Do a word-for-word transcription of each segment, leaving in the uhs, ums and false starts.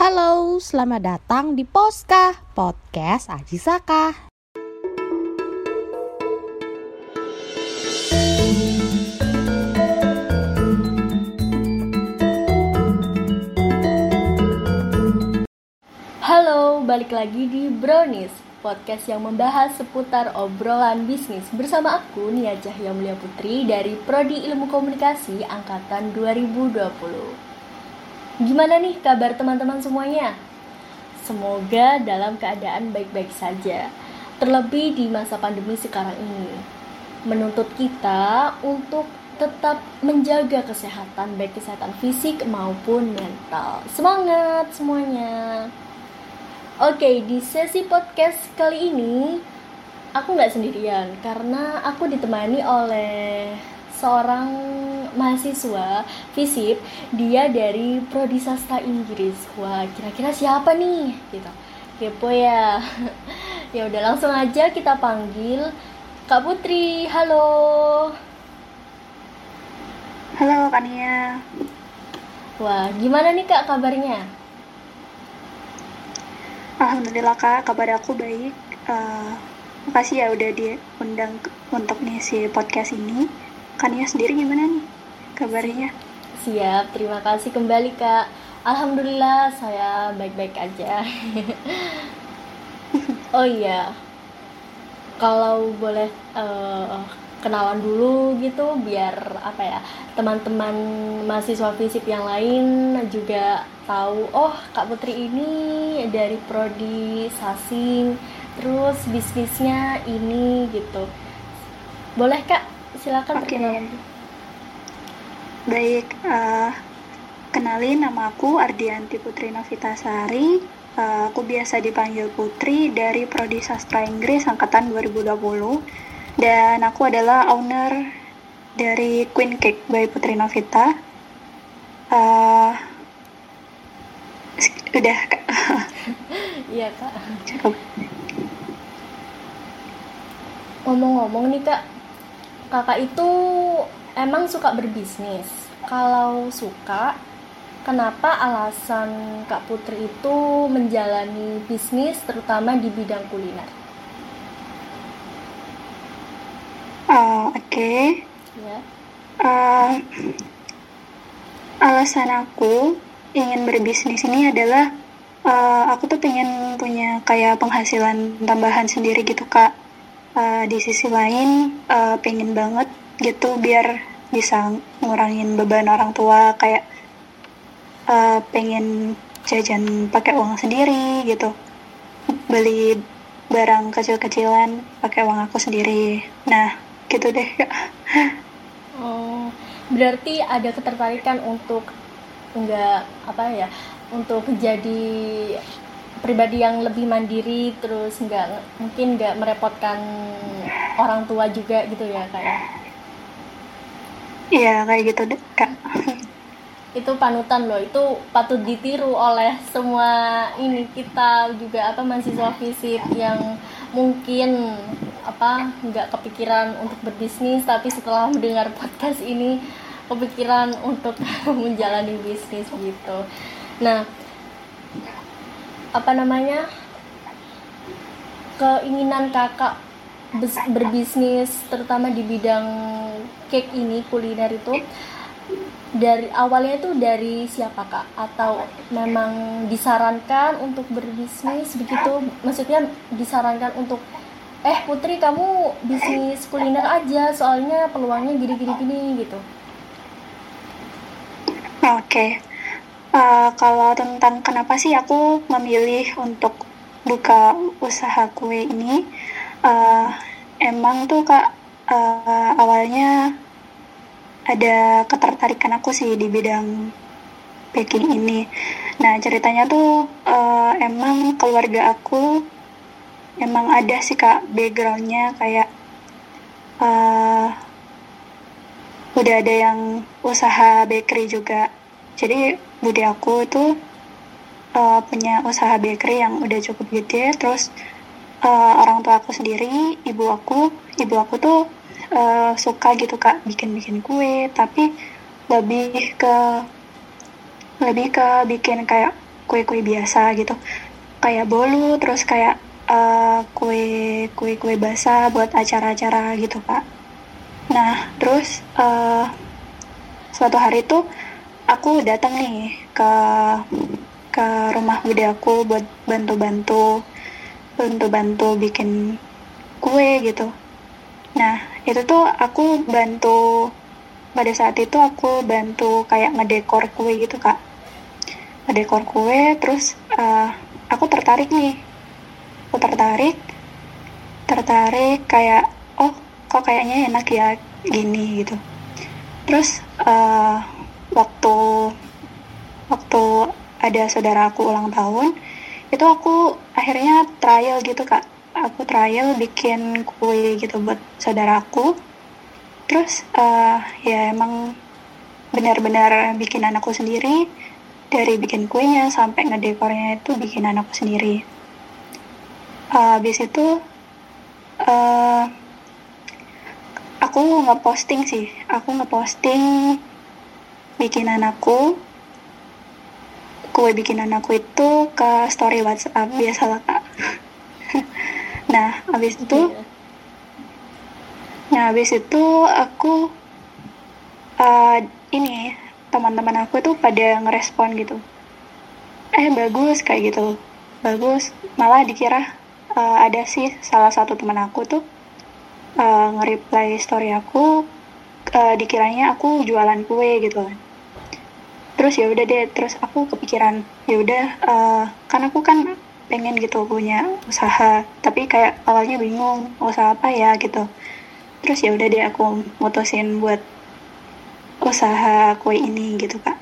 Halo, selamat datang di Poska, podcast Aji Saka. Halo, balik lagi di Brownies, podcast yang membahas seputar obrolan bisnis bersama aku Nia Cahya Mulia Putri dari Prodi Ilmu Komunikasi Angkatan dua ribu dua puluh. Gimana nih kabar teman-teman semuanya? Semoga dalam keadaan baik-baik saja. Terlebih di masa pandemi sekarang ini, menuntut kita untuk tetap menjaga kesehatan, baik kesehatan fisik maupun mental. Semangat semuanya! Oke, di sesi podcast kali ini aku nggak sendirian karena aku ditemani oleh seorang mahasiswa FISIP. Dia dari Prodi Sastra Inggris. Wah, kira-kira siapa nih? Gitu. Kepo ya. Ya udah, langsung aja kita panggil Kak Putri. Halo. Halo Kak Nia. Wah, gimana nih Kak kabarnya? Alhamdulillah Kak, kabar aku baik. Uh, makasih ya udah diundang untuk ngisi podcast ini. Kak Nia sendiri gimana nih kabarnya? Siap, terima kasih kembali Kak. Alhamdulillah saya baik-baik aja. Oh iya, kalau boleh uh, kenalan dulu gitu biar apa ya, teman-teman mahasiswa FISIP yang lain juga tahu, oh Kak Putri ini dari Prodi Sasing, terus bisnisnya ini gitu. Boleh Kak, silakan Oke. perkenalan. Baik, uh, kenalin nama aku Ardianti Putri Novitasari. Uh, aku biasa dipanggil Putri dari Prodi Sastra Inggris Angkatan dua ribu dua puluh. Dan aku adalah owner dari Queen Cake by Putri Novita. Uh, udah Kak. Iya Kak. Cukup. Ngomong-ngomong nih Kak, Kakak itu emang suka berbisnis. Kalau suka, kenapa alasan Kak Putri itu menjalani bisnis terutama di bidang kuliner? Uh, Oke. Okay. Ya. Uh, alasan aku ingin berbisnis ini adalah uh, aku tuh pengen punya kayak penghasilan tambahan sendiri gitu Kak. Uh, di sisi lain uh, pengen banget gitu biar bisa ngurangin beban orang tua, kayak uh, pengen jajan pakai uang sendiri gitu, beli barang kecil-kecilan pakai uang aku sendiri. Nah gitu deh Kak. Oh, berarti ada ketertarikan untuk enggak apa ya, untuk jadi pribadi yang lebih mandiri, terus enggak mungkin enggak merepotkan orang tua juga gitu ya Kak ya? Iya kayak gitu deh Kak. Itu panutan loh, itu patut ditiru oleh semua ini kita juga apa mahasiswa FISIP yang mungkin apa nggak kepikiran untuk berbisnis tapi setelah mendengar podcast ini kepikiran untuk menjalani bisnis gitu. Nah, apa namanya, keinginan kakak berbisnis terutama di bidang cake ini, kuliner itu, dari awalnya itu dari siapa Kak? Atau memang disarankan untuk berbisnis begitu? Maksudnya disarankan untuk eh Putri kamu bisnis kuliner aja soalnya peluangnya gini-gini-gini gitu. Oke, okay. uh, kalau tentang kenapa sih aku memilih untuk buka usaha kue ini, uh, emang tuh Kak uh, awalnya ada ketertarikan aku sih di bidang baking ini. Nah ceritanya tuh uh, emang keluarga aku emang ada sih Kak backgroundnya kayak uh, udah ada yang usaha bakery juga. Jadi bude aku tuh uh, punya usaha bakery yang udah cukup gede. Terus uh, orang tua aku sendiri, ibu aku, ibu aku tuh uh, suka gitu Kak bikin-bikin kue, tapi lebih ke lebih ke bikin kayak kue-kue biasa gitu, kayak bolu, terus kayak uh, kue kue-kue basah buat acara-acara gitu Kak. Nah terus uh, suatu hari tuh aku datang nih ke ke rumah bude aku buat bantu-bantu bantu-bantu bikin kue gitu. Nah itu tuh aku bantu, pada saat itu aku bantu kayak ngedekor kue gitu Kak, ngedekor kue. Terus uh, aku tertarik nih aku tertarik tertarik kayak oh kok kayaknya enak ya gini gitu. Terus uh, waktu waktu ada saudara aku ulang tahun itu aku akhirnya trial gitu Kak, aku trial bikin kue gitu buat saudaraku. Terus uh, ya emang benar-benar bikinan aku sendiri, dari bikin kuenya sampai ngedekornya itu bikinan aku sendiri. Uh, habis itu uh, aku ngeposting sih aku ngeposting bikinan aku kue bikinan aku itu ke story WhatsApp biasalah Kak. Nah habis itu nah habis itu aku uh, ini teman-teman aku tuh pada ngerespon gitu, eh bagus kayak gitu, bagus. Malah dikira uh, ada sih salah satu teman aku tuh uh, nge-reply story aku, uh, dikiranya aku jualan kue gitu kan. Terus ya udah deh, terus aku kepikiran ya udah uh, kan aku kan pengen gitu punya usaha, tapi kayak awalnya bingung usaha apa ya gitu. Terus ya udah deh aku mutusin buat usaha kue ini gitu Kak.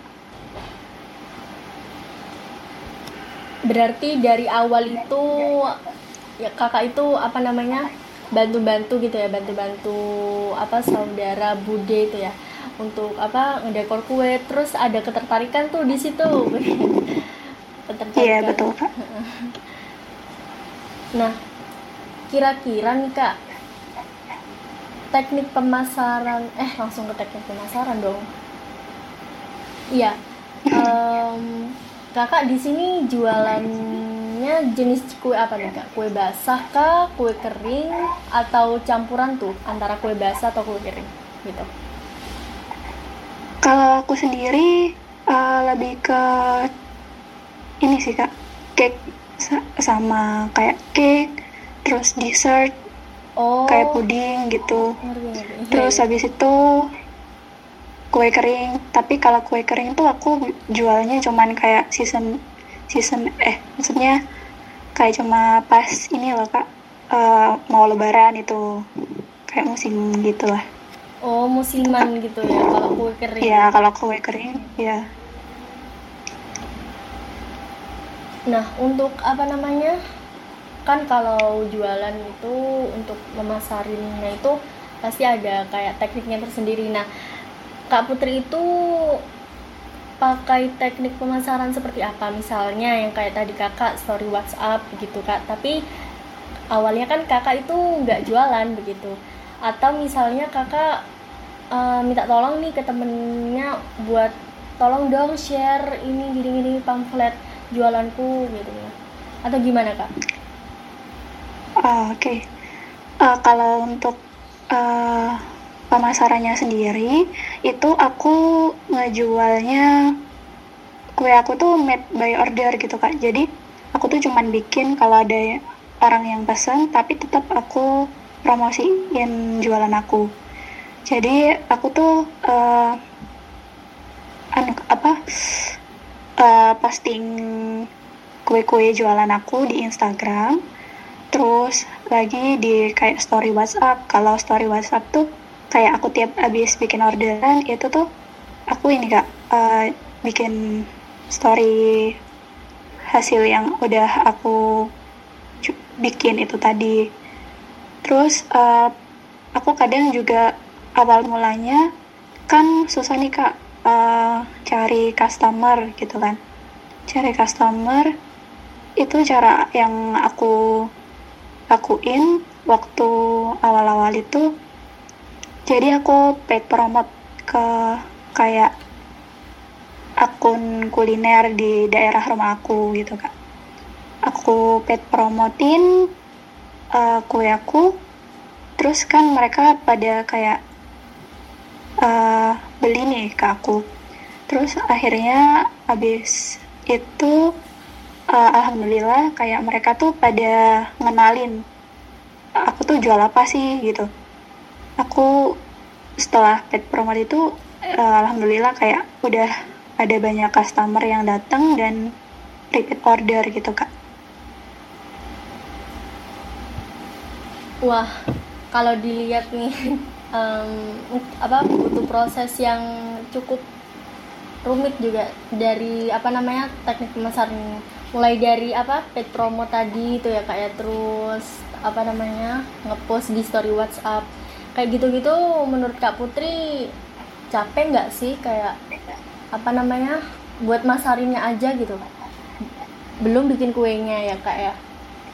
Berarti dari awal itu ya kakak itu apa namanya bantu-bantu gitu ya, bantu-bantu apa saudara bude itu ya untuk apa ngedekor kue, terus ada ketertarikan tuh di situ. Ketertarikan. Iya betul Kak. Nah kira-kira nih Kak, teknik pemasaran eh langsung ke teknik pemasaran dong. Iya. Um, kakak di sini jualannya jenis kue apa nih Kak? Kue basah kah, kue kering, atau campuran tuh antara kue basah atau kue kering gitu? Kalau aku sendiri uh, lebih ke ini sih Kak, cake sama kayak cake, terus dessert, oh, kayak puding gitu. Ngerti, ngerti. Terus habis itu kue kering. Tapi kalau kue kering tuh aku jualnya cuman kayak season season eh maksudnya kayak cuma pas ini loh Kak, uh, mau lebaran itu kayak musim gitu lah. Oh musiman gitu ya kalau kue kering. Iya kalau kue kering ya. Nah untuk apa namanya, kan kalau jualan itu untuk memasarinnya itu pasti ada kayak tekniknya tersendiri. Nah Kak Putri itu pakai teknik pemasaran seperti apa? Misalnya yang kayak tadi kakak story WhatsApp begitu Kak, tapi awalnya kan kakak itu nggak jualan begitu, atau misalnya kakak uh, minta tolong nih ke temennya buat tolong dong share ini gini-gini pamflet jualanku gitu ya, atau gimana Kak? Oh, Oke, okay. uh, kalau untuk uh, pemasarannya sendiri itu aku ngejualnya kue aku tuh made by order gitu Kak. Jadi aku tuh cuman bikin kalau ada orang yang pesan, tapi tetap aku promosiin jualan aku. Jadi aku tuh uh, anu apa uh, posting kue-kue jualan aku di Instagram, terus lagi di kayak story WhatsApp. Kalau story WhatsApp tuh kayak aku tiap abis bikin orderan itu tuh aku ini Kak uh, bikin story hasil yang udah aku bikin itu tadi. Terus uh, aku kadang juga awal mulanya kan susah nih Kak uh, cari customer gitu kan. Cari customer itu cara yang aku lakuin waktu awal-awal itu. Jadi aku paid promote ke kayak akun kuliner di daerah rumah aku gitu Kak. Aku paid promotin uh, kue aku, terus kan mereka pada kayak uh, beli nih ke aku. Terus akhirnya abis itu uh, alhamdulillah kayak mereka tuh pada ngenalin aku tuh jual apa sih gitu. Aku setelah paid promote itu uh, alhamdulillah kayak udah ada banyak customer yang datang dan repeat order gitu Kak. Wah, kalau dilihat nih um, apa butuh proses yang cukup rumit juga dari apa namanya teknik pemasaran, mulai dari apa paid promo tadi itu ya kayak terus apa namanya ngepost di story WhatsApp kayak gitu-gitu. Menurut Kak Putri capek nggak sih kayak apa namanya buat masarinnya aja gitu, belum bikin kuenya ya Kak ya?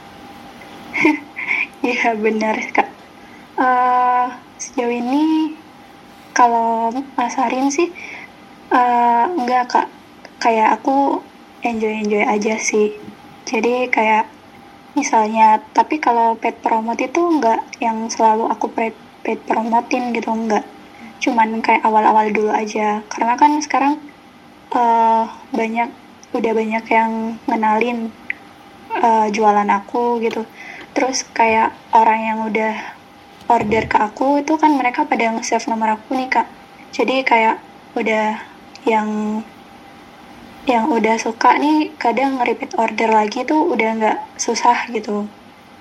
Iya benar Kak. Uh, sejauh ini kalau masarin sih uh, enggak Kak, kayak aku enjoy-enjoy aja sih. Jadi kayak misalnya, tapi kalau paid promote itu enggak yang selalu aku paid, paid promotin gitu, enggak. Cuman kayak awal-awal dulu aja. Karena kan sekarang uh, banyak, udah banyak yang ngenalin uh, jualan aku gitu. Terus kayak orang yang udah order ke aku itu kan mereka pada nge-save nomor aku nih Kak. Jadi kayak udah yang yang udah suka nih kadang nge-repeat order lagi tuh udah nggak susah gitu.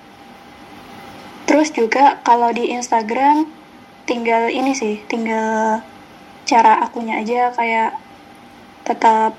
Terus juga kalau di Instagram tinggal ini sih, tinggal cara akunya aja kayak tetap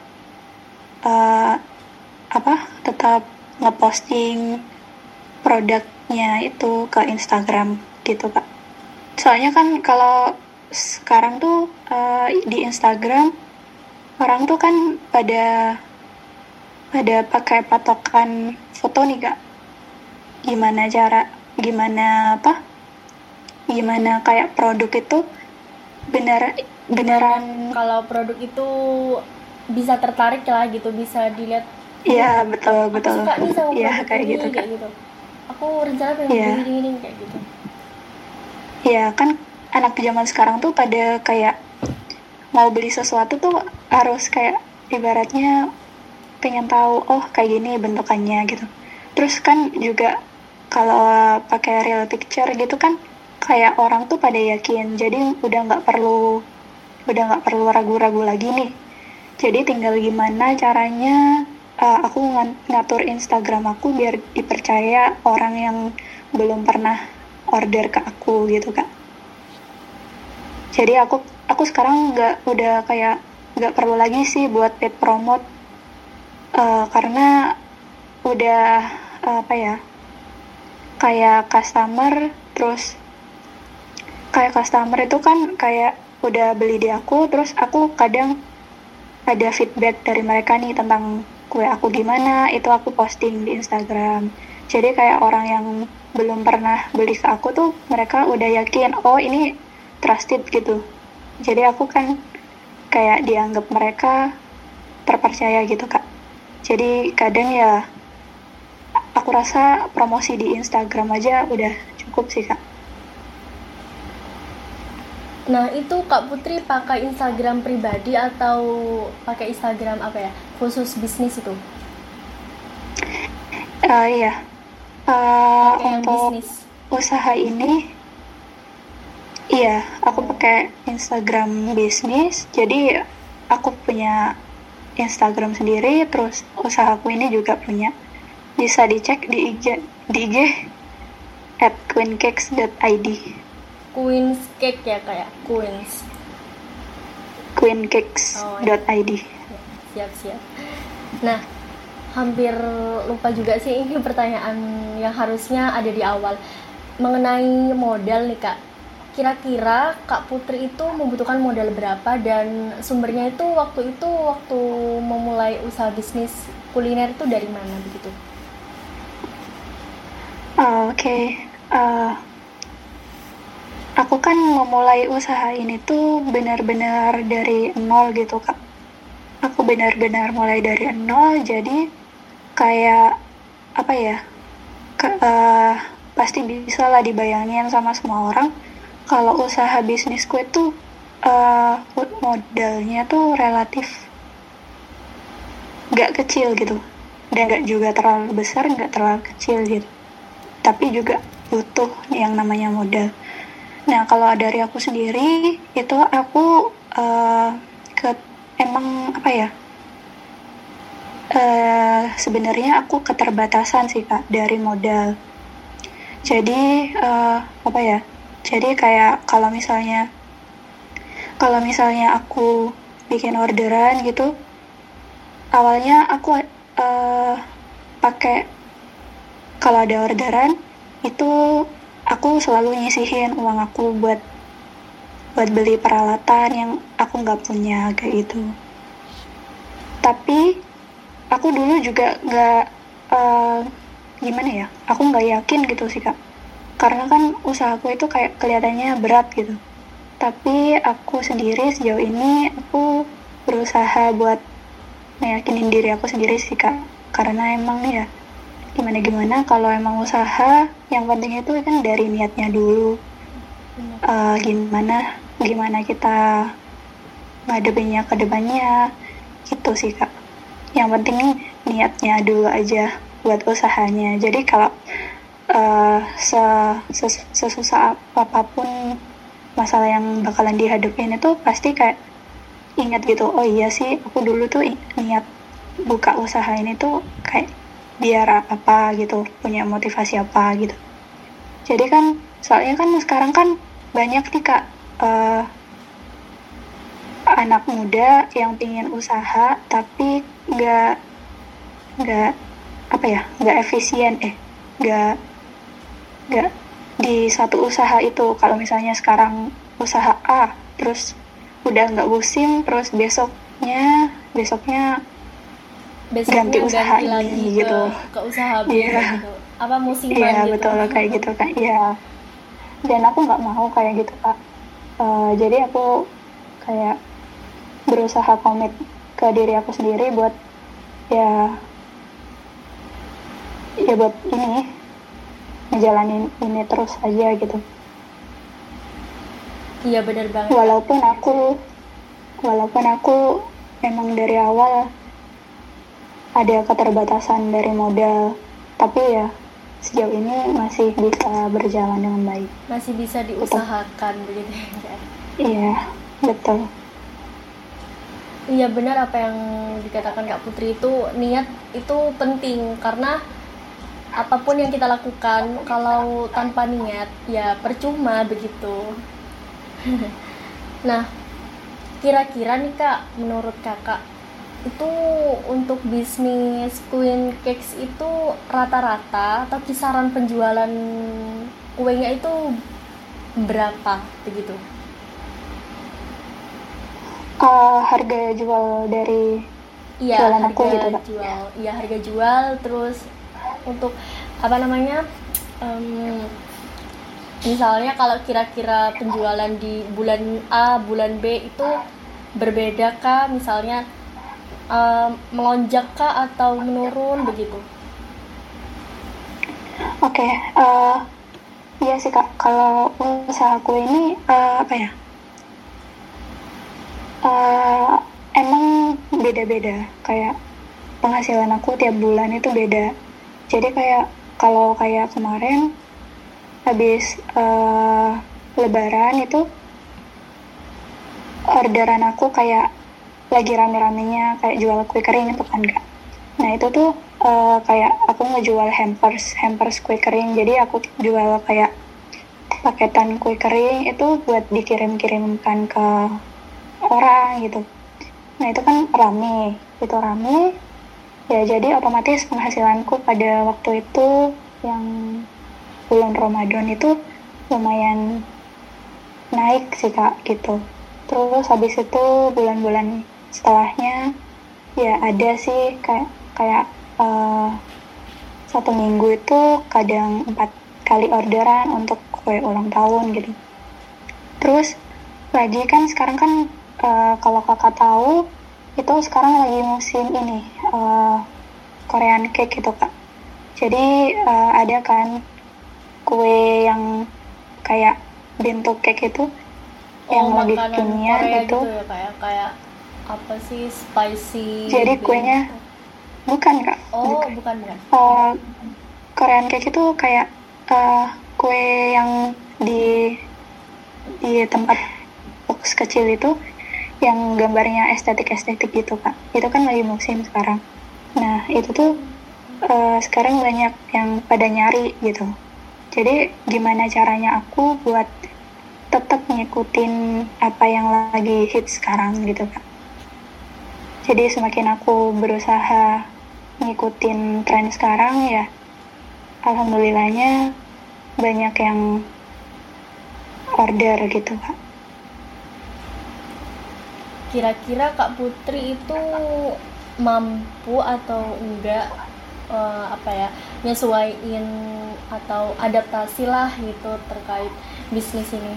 uh, apa tetap ngeposting produknya itu ke Instagram gitu Kak. Soalnya kan kalau sekarang tuh uh, di Instagram orang tuh kan pada pada pakai patokan foto nih Kak. Gimana cara, gimana apa? Gimana kayak produk itu bener beneran. Kalau produk itu bisa tertarik lah gitu, bisa dilihat. Iya betul betul. Aku suka nih sama ya, produk kayak ini gitu, kayak gitu. Aku rencana pengen ya. beli ini kayak gitu. Iya kan anak zaman sekarang tuh pada kayak mau beli sesuatu tuh harus kayak ibaratnya pengen tahu oh kayak gini bentukannya gitu. Terus kan juga kalau pakai real picture gitu kan kayak orang tuh pada yakin, jadi udah nggak perlu udah nggak perlu ragu-ragu lagi nih. Jadi tinggal gimana caranya uh, aku ng- ngatur Instagram aku biar dipercaya orang yang belum pernah order ke aku gitu Kak. Jadi aku aku sekarang nggak udah kayak nggak perlu lagi sih buat paid promote uh, karena udah uh, apa ya kayak customer terus kayak customer itu kan kayak udah beli di aku, terus aku kadang ada feedback dari mereka nih tentang kue aku gimana, itu aku posting di Instagram. Jadi kayak orang yang belum pernah beli ke aku tuh mereka udah yakin oh ini trusted gitu. Jadi aku kan kayak dianggap mereka terpercaya gitu Kak. Jadi kadang ya aku rasa promosi di Instagram aja udah cukup sih Kak. Nah itu Kak Putri pakai Instagram pribadi atau pakai Instagram apa ya khusus bisnis itu? Uh, iya uh, untuk bisnis. Usaha ini iya aku pakai Instagram bisnis. Jadi aku punya Instagram sendiri, terus usahaku ini juga punya. Bisa dicek di I G di I G at queencakes dot i d. Queen's Cake ya kayak Queens. queencakes dot i d. Oh, ya. Siap siap. Nah, hampir lupa juga sih ini pertanyaan yang harusnya ada di awal mengenai modal nih Kak. Kira-kira Kak Putri itu membutuhkan modal berapa dan sumbernya itu waktu itu waktu memulai usaha bisnis kuliner itu dari mana begitu? Oh, Oke. Okay. Uh, Aku kan memulai usaha ini tuh benar-benar dari nol gitu Kak. Aku benar-benar mulai dari nol, jadi kayak apa ya, ke, uh, pasti bisa lah dibayangin sama semua orang kalau usaha bisnis kue tuh uh, modalnya tuh relatif gak kecil gitu, dan gak juga terlalu besar, gak terlalu kecil gitu, tapi juga butuh yang namanya modal. Nah, kalau dari aku sendiri itu aku uh, ke emang apa ya, uh, sebenarnya aku keterbatasan sih Kak dari modal. Jadi uh, apa ya, jadi kayak kalau misalnya kalau misalnya aku bikin orderan gitu, awalnya aku uh, pakai, kalau ada orderan itu aku selalu nyisihin uang aku buat buat beli peralatan yang aku nggak punya kayak gitu. Tapi aku dulu juga nggak uh, gimana ya, aku nggak yakin gitu sih Kak, karena kan usahaku itu kayak kelihatannya berat gitu. Tapi aku sendiri sejauh ini aku berusaha buat meyakinin diri aku sendiri sih Kak, karena emang ya gimana-gimana kalau emang usaha, yang penting itu kan dari niatnya dulu. Uh, gimana gimana kita ngadepinnya ke depannya gitu sih Kak. Yang penting niatnya dulu aja buat usahanya. Jadi kalau uh, ses- sesusah apapun masalah yang bakalan dihadapin itu pasti kayak ingat gitu, oh iya sih aku dulu tuh niat buka usaha ini tuh kayak biar apa gitu, punya motivasi apa gitu. Jadi kan soalnya kan sekarang kan banyak nih Kak uh, anak muda yang pingin usaha tapi nggak nggak apa ya nggak efisien eh nggak nggak di satu usaha itu. Kalau misalnya sekarang usaha A terus udah nggak musim, terus besoknya besoknya Besoknya ganti usaha ganti ini lagi gitu. ke, ke usaha B Iya. gitu. Apa musiman Iya gitu. betul kayak gitu Kak. Iya. Dan aku nggak mau kayak gitu Kak. Uh, jadi aku kayak berusaha komit ke diri aku sendiri buat ya ya buat ini ngejalanin ini terus aja gitu. Iya benar banget. Walaupun aku walaupun aku emang dari awal ada keterbatasan dari modal, tapi ya sejauh ini masih bisa berjalan dengan baik. Masih bisa diusahakan betul. Begitu ya. Iya, betul. Iya benar apa yang dikatakan Kak Putri, itu niat itu penting, karena apapun yang kita lakukan kalau tanpa niat ya percuma begitu. Nah, kira-kira nih Kak, menurut Kakak itu untuk bisnis Queen Cakes itu rata-rata atau kisaran penjualan kuenya itu berapa begitu? Uh, harga jual dari Iya, jualan harga aku gitu Kak. jual. Iya, harga jual, terus untuk apa namanya? Um, misalnya kalau kira-kira penjualan di bulan A, bulan B itu berbeda kah? Misalnya um, melonjak kah atau menurun begitu? Oke, okay, uh, iya sih Kak. Kalau usahaku ini uh, apa ya? Uh, emang beda-beda, kayak penghasilan aku tiap bulan itu beda. Jadi kayak kalau kayak kemarin habis uh, lebaran itu orderan aku kayak lagi rame-ramenya kayak jual kue kering itu kan Kak. Nah itu tuh uh, kayak aku ngejual hampers hampers kue kering. Jadi aku jual kayak paketan kue kering itu buat dikirim-kirimkan ke orang gitu. Nah itu kan rame, itu rame ya, jadi otomatis penghasilanku pada waktu itu yang bulan Ramadan itu lumayan naik sih Kak gitu. Terus habis itu bulan-bulan setelahnya ya ada sih kayak kayak uh, satu minggu itu kadang empat kali orderan untuk kue ulang tahun gitu. Terus lagi kan sekarang kan Uh, kalau kakak tahu itu sekarang lagi musim ini uh, Korean cake gitu kak. Jadi uh, ada kan kue yang kayak bentuk cake itu Oh, yang lebih makanan kekinian Korea itu. gitu ya kayak kayak apa sih spicy Jadi bento. kuenya bukan kak. Oh, Bukan. bukan bukan. Uh, Korean cake itu kayak uh, kue yang di di tempat box kecil itu yang gambarnya estetik-estetik gitu kak. Itu kan lagi musim sekarang. Nah itu tuh uh, sekarang banyak yang pada nyari gitu. Jadi gimana caranya aku buat tetap ngikutin apa yang lagi hits sekarang gitu kak. Jadi semakin aku berusaha ngikutin tren sekarang ya, alhamdulillahnya banyak yang order gitu kak. Kira-kira Kak Putri itu mampu atau enggak eh, apa ya nyesuaiin atau adaptasi lah gitu terkait bisnis ini?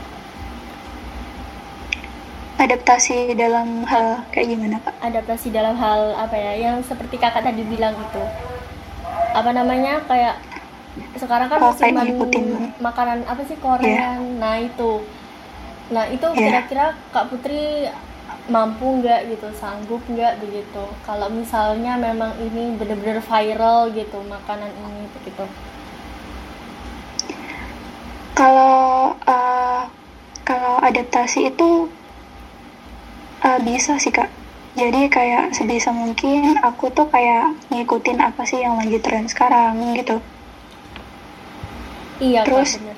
Adaptasi dalam hal kayak gimana kak? Adaptasi dalam hal apa ya yang seperti kakak tadi bilang itu apa namanya kayak sekarang kan Oh, kayak musiman ngikutin. makanan apa sih Korean. Nah itu nah itu Yeah. kira-kira Kak Putri mampu nggak gitu, sanggup nggak begitu kalau misalnya memang ini benar-benar viral gitu makanan ini begitu. Kalau uh, kalau adaptasi itu uh, bisa sih kak. Jadi kayak sebisa mungkin aku tuh kayak ngikutin apa sih yang lagi tren sekarang gitu. Iya Terus Kak benar.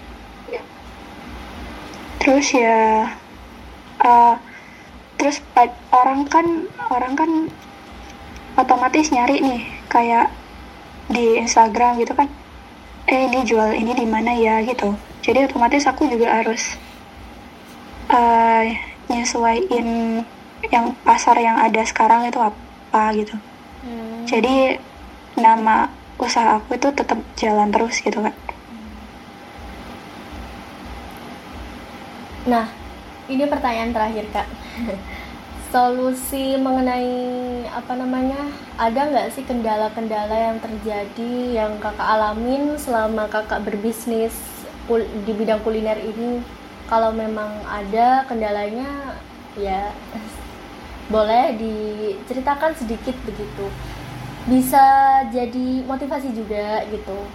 terus ya uh, terus pa- orang kan orang kan otomatis nyari nih kayak di Instagram gitu kan. Eh ini jual ini di mana ya gitu. Jadi otomatis aku juga harus uh, nyesuaiin yang pasar yang ada sekarang itu apa gitu. Hmm. Jadi nama usaha aku itu tetap jalan terus gitu kan. Nah, ini pertanyaan terakhir Kak. Solusi mengenai apa namanya? Ada nggak sih kendala-kendala yang terjadi yang kakak alamin selama kakak berbisnis kul- di bidang kuliner ini? Kalau memang ada kendalanya, ya boleh diceritakan sedikit begitu. Bisa jadi motivasi juga gitu.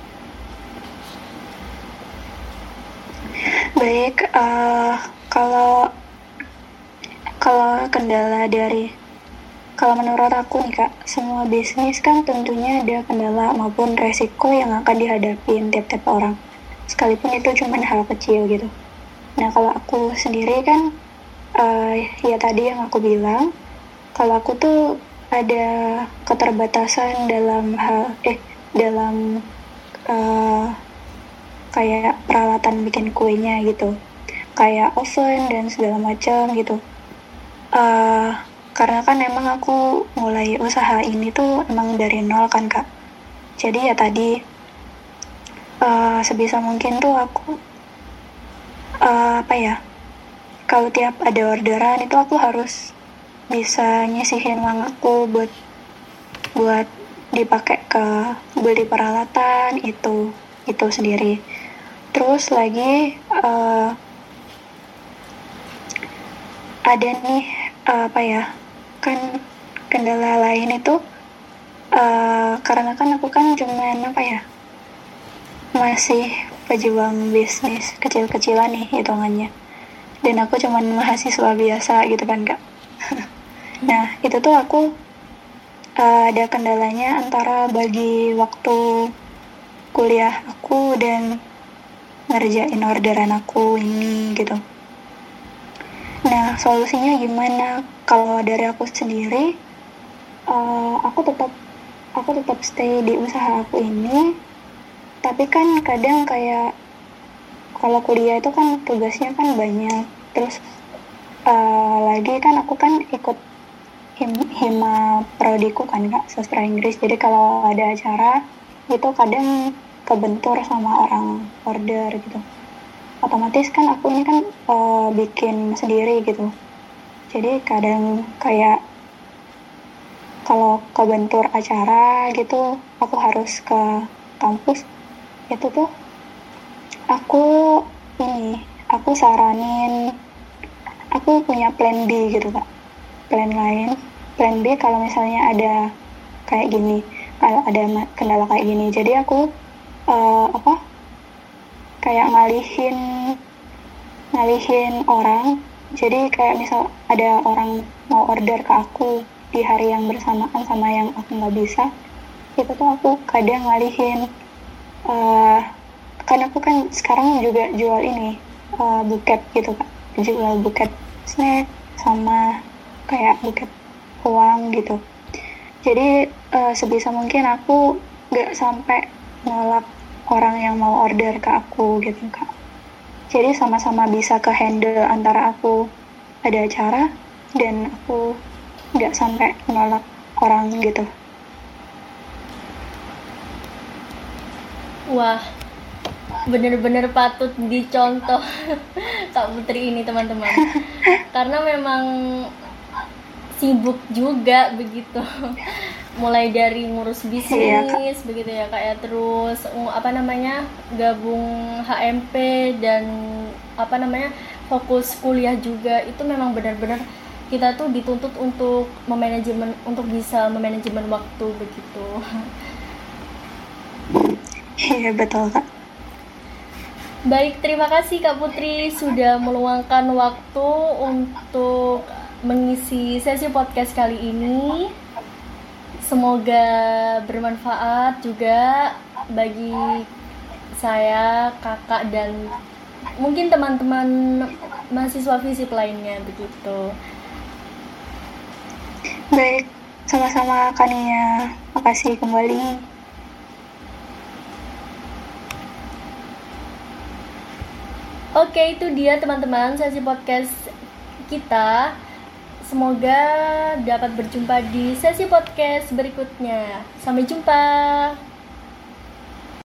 Baik, uh, kalau kalau kendala dari kalau menurut aku nih kak, semua bisnis kan tentunya ada kendala maupun resiko yang akan dihadapin tiap-tiap orang, sekalipun itu cuma hal kecil gitu. Nah kalau aku sendiri kan, uh, ya tadi yang aku bilang, kalau aku tuh ada keterbatasan dalam hal eh dalam uh, kayak peralatan bikin kuenya gitu, kayak oven dan segala macam gitu. Uh, karena kan emang aku mulai usaha ini tuh emang dari nol kan kak. Jadi ya tadi uh, sebisa mungkin tuh aku uh, apa ya, kalau tiap ada orderan itu aku harus bisa nyisihin uang aku buat buat dipakai ke beli peralatan itu itu sendiri. Terus lagi uh, ada nih uh, apa ya, kan kendala lain itu uh, karena kan aku kan cuman apa ya, masih pejuang bisnis kecil-kecilan nih hitungannya, dan aku cuman mahasiswa biasa gitu kan kak. Nah itu tuh aku uh, ada kendalanya antara bagi waktu kuliah aku dan ngerjain orderan aku ini gitu. Nah solusinya gimana? Kalau dari aku sendiri, uh, aku tetap aku tetap stay di usaha aku ini, tapi kan kadang kayak kalau kuliah itu kan tugasnya kan banyak, terus uh, lagi kan aku kan ikut him, hima prodiku kan kak, sastra Inggris. Jadi kalau ada acara itu kadang kebentur sama orang order gitu. Otomatis kan aku ini kan uh, bikin sendiri gitu. Jadi kadang kayak kalau kebentur acara gitu aku harus ke kampus, itu tuh aku ini aku saranin, aku punya plan B gitu kak, plan lain, plan B kalau misalnya ada kayak gini, kalau ada kendala kayak gini, jadi aku uh, apa kayak ngalihin ngalihin orang. Jadi kayak misal ada orang mau order ke aku di hari yang bersamaan sama yang aku nggak bisa, itu tuh aku kadang ngalihin, uh, kan aku kan sekarang juga jual ini uh, buket gitu kak, jual buket snack sama kayak buket uang gitu. Jadi uh, sebisa mungkin aku nggak sampai nolak orang yang mau order ke aku gitu kak. Jadi sama-sama bisa ke handle antara aku ada acara dan aku nggak sampai nolak orang gitu. Wah, bener-bener patut dicontoh Kak Putri ini teman-teman. Karena memang sibuk juga begitu. Mulai dari ngurus bisnis iya, begitu ya Kak ya, terus apa namanya gabung H M P dan apa namanya fokus kuliah juga. Itu memang benar-benar kita tuh dituntut untuk memanajemen, untuk bisa memanajemen waktu begitu. Iya betul Kak. Baik, terima kasih Kak Putri sudah meluangkan waktu untuk mengisi sesi podcast kali ini. Semoga bermanfaat juga bagi saya, kakak, dan mungkin teman-teman mahasiswa FISIP lainnya begitu. Baik, sama-sama Kak Nia. Makasih kembali. Oke, itu dia teman-teman sesi podcast kita. Semoga dapat berjumpa di sesi podcast berikutnya. Sampai jumpa.